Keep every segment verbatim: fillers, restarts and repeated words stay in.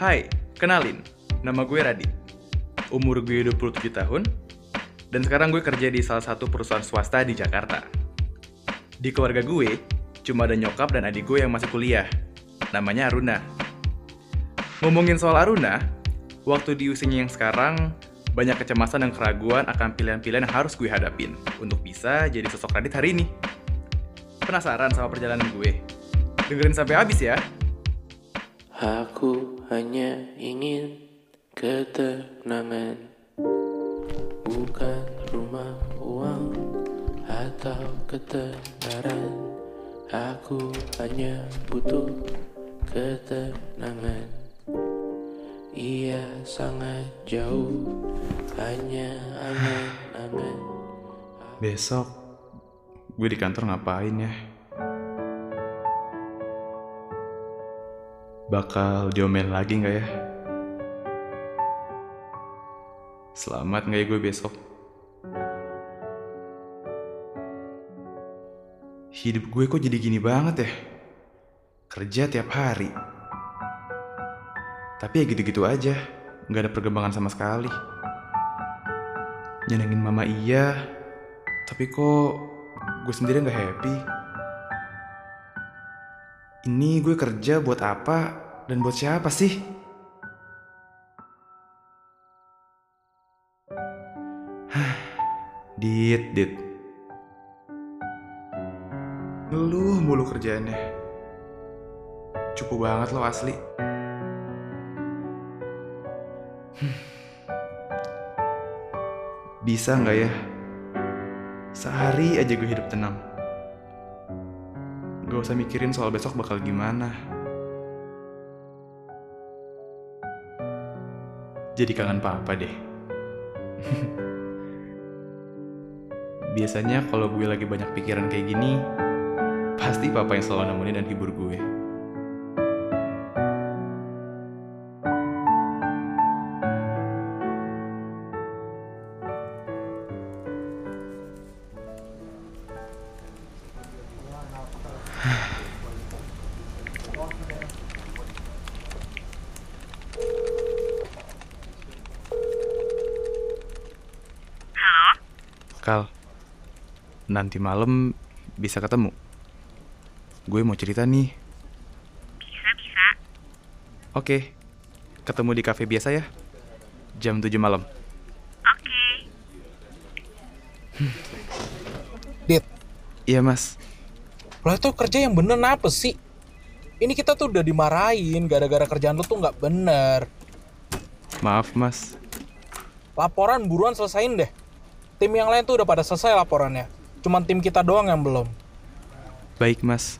Hai, kenalin, nama gue Radi. Umur gue dua puluh tujuh tahun, dan sekarang gue kerja di salah satu perusahaan swasta di Jakarta. Di keluarga gue, cuma ada nyokap dan adik gue yang masih kuliah. Namanya Aruna. Ngomongin soal Aruna, waktu di usianya yang sekarang, banyak kecemasan dan keraguan akan pilihan-pilihan yang harus gue hadapin untuk bisa jadi sosok Radit hari ini. Penasaran sama perjalanan gue? Dengerin sampai habis ya. Aku hanya ingin ketenangan, bukan rumah, uang, atau ketenaran. Aku hanya butuh ketenangan. Ia sangat jauh, hanya angan-angan. Besok, gue di kantor ngapain ya? Bakal diomelin lagi gak ya? Selamat gak ya gue besok? Hidup gue kok jadi gini banget ya? Kerja tiap hari, tapi ya gitu-gitu aja, gak ada perkembangan sama sekali. Nyenengin mama iya, tapi kok gue sendiri gak happy. Ini gue kerja buat apa dan buat siapa sih? Dit, dit. Ngeluh mulu kerjaannya. Cukup banget lo asli. Bisa gak ya? Sehari aja gue hidup tenang. Gak usah mikirin soal besok bakal gimana. Jadi kangen papa deh. Biasanya kalau gue lagi banyak pikiran kayak gini, pasti papa yang selalu nemenin dan hibur gue. Kal, nanti malam bisa ketemu? Gue mau cerita nih. Bisa, bisa. Oke, ketemu di kafe biasa ya? Jam tujuh malam. Oke. Dit, Iya mas. lo itu kerja yang bener apa sih? Ini kita tuh udah dimarahin gara-gara kerjaan lo tuh nggak bener. Maaf mas. Laporan buruan selesain deh. Tim yang lain tuh udah pada selesai laporannya. Cuman tim kita doang yang belum. Baik mas.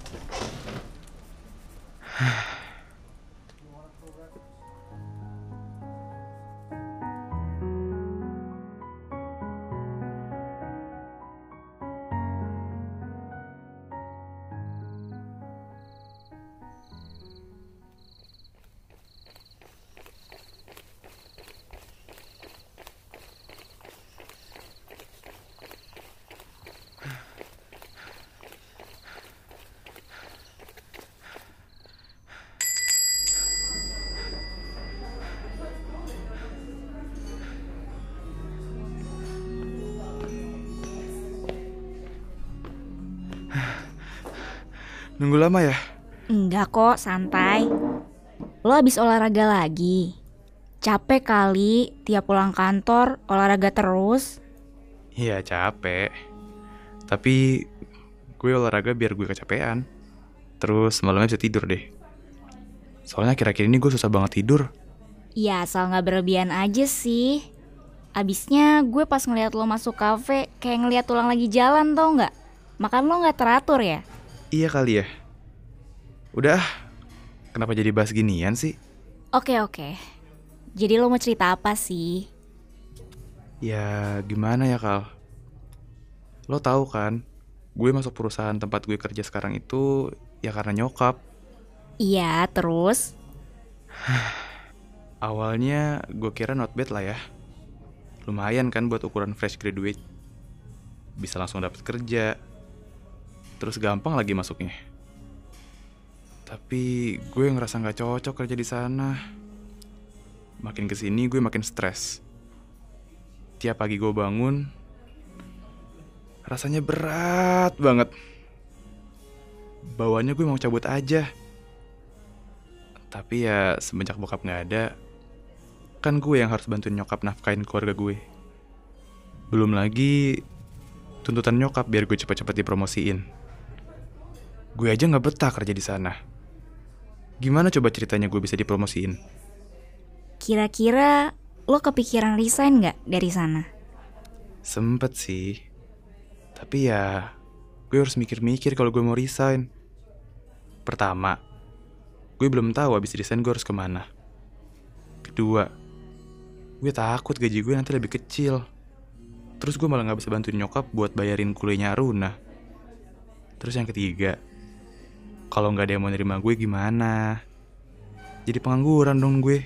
Nunggu lama ya? Enggak kok, santai. Lo habis olahraga lagi? Capek kali, tiap pulang kantor olahraga terus. Iya capek. Tapi gue olahraga biar gue kecapean. Terus malamnya bisa tidur deh. Soalnya akhir-akhir ini gue susah banget tidur. Ya asal gak berlebihan aja sih. Abisnya gue pas ngeliat lo masuk kafe kayak ngeliat tulang lagi jalan, tau gak? Makan lo gak teratur ya? Iya kali ya. Udah, kenapa jadi bahas ginian sih? Oke oke. Jadi lo mau cerita apa sih? Ya gimana ya Kal? Lo tahu kan, gue masuk perusahaan tempat gue kerja sekarang itu ya karena nyokap. Iya, terus? Awalnya gue kira not bad lah ya. Lumayan kan buat ukuran fresh graduate. Bisa langsung dapat kerja. Terus gampang lagi masuknya. Tapi gue ngerasa nggak cocok kerja di sana. Makin kesini gue makin stres. Tiap pagi gue bangun, rasanya berat banget. Bawaannya gue mau cabut aja. Tapi ya semenjak bokap nggak ada, kan gue yang harus bantuin nyokap nafkain keluarga gue. Belum lagi tuntutan nyokap biar gue cepat-cepat dipromosiin. Gue aja nggak betah kerja di sana. Gimana coba ceritanya gue bisa dipromosiin? Kira-kira lo kepikiran resign nggak dari sana? Sempet sih. Tapi ya gue harus mikir-mikir kalau gue mau resign. Pertama, gue belum tahu abis resign gue harus kemana. Kedua, gue takut gaji gue nanti lebih kecil. Terus gue malah gak bisa bantuin nyokap buat bayarin kuliahnya Aruna. Terus yang ketiga, kalau gak ada yang mau nerima gue gimana? Jadi pengangguran dong gue.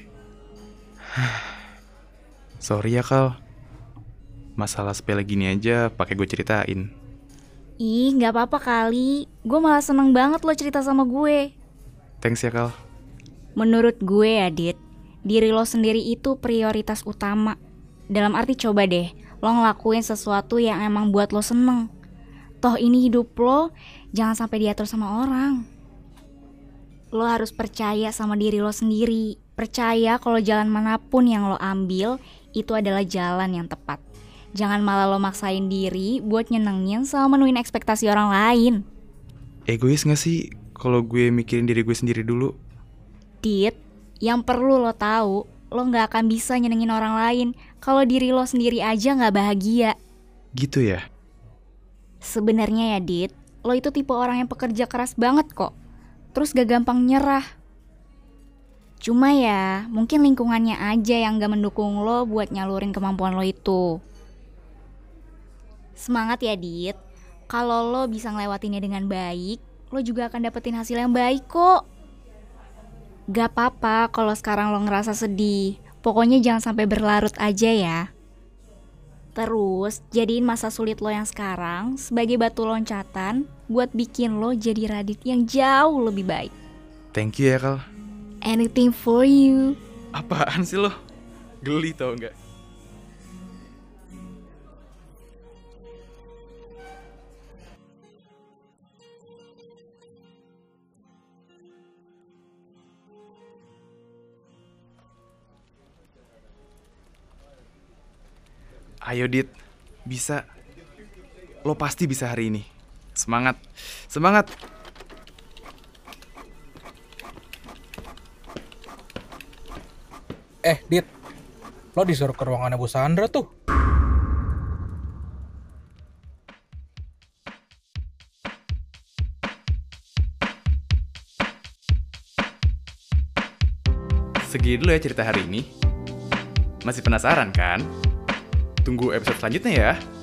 Sorry ya Kal, masalah sepele gini aja pakai gue ceritain. Ih, gak apa-apa kali. Gue malah seneng banget lo cerita sama gue. Thanks ya Kal. Menurut gue ya Dit, diri lo sendiri itu prioritas utama. Dalam arti coba deh, lo ngelakuin sesuatu yang emang buat lo seneng. Toh ini hidup lo, jangan sampai diatur sama orang. Lo harus percaya sama diri lo sendiri. Percaya kalau jalan manapun yang lo ambil, itu adalah jalan yang tepat. Jangan malah lo maksain diri buat nyenengin sama menuhin ekspektasi orang lain. Egois gak sih kalau gue mikirin diri gue sendiri dulu? Dit, yang perlu lo tahu, lo gak akan bisa nyenengin orang lain kalau diri lo sendiri aja gak bahagia. Gitu ya? Sebenarnya ya Dit, lo itu tipe orang yang pekerja keras banget kok. Terus gak gampang nyerah. Cuma ya, mungkin lingkungannya aja yang gak mendukung lo buat nyalurin kemampuan lo itu. Semangat ya Dit. Kalau lo bisa ngelewatinnya dengan baik, lo juga akan dapetin hasil yang baik kok. Gak apa-apa kalau sekarang lo ngerasa sedih. Pokoknya jangan sampai berlarut aja ya. Terus jadiin masa sulit lo yang sekarang sebagai batu loncatan buat bikin lo jadi Radit yang jauh lebih baik. Thank you ya Kal. Anything for you. Apaan sih lo? Geli tau gak? Ayo Dit, bisa. Lo pasti bisa hari ini. Semangat, semangat. Eh, Dit. Lo disuruh ke ruangannya Bu Sandra tuh. Segini dulu ya cerita hari ini. Masih penasaran kan? Tunggu episode selanjutnya ya.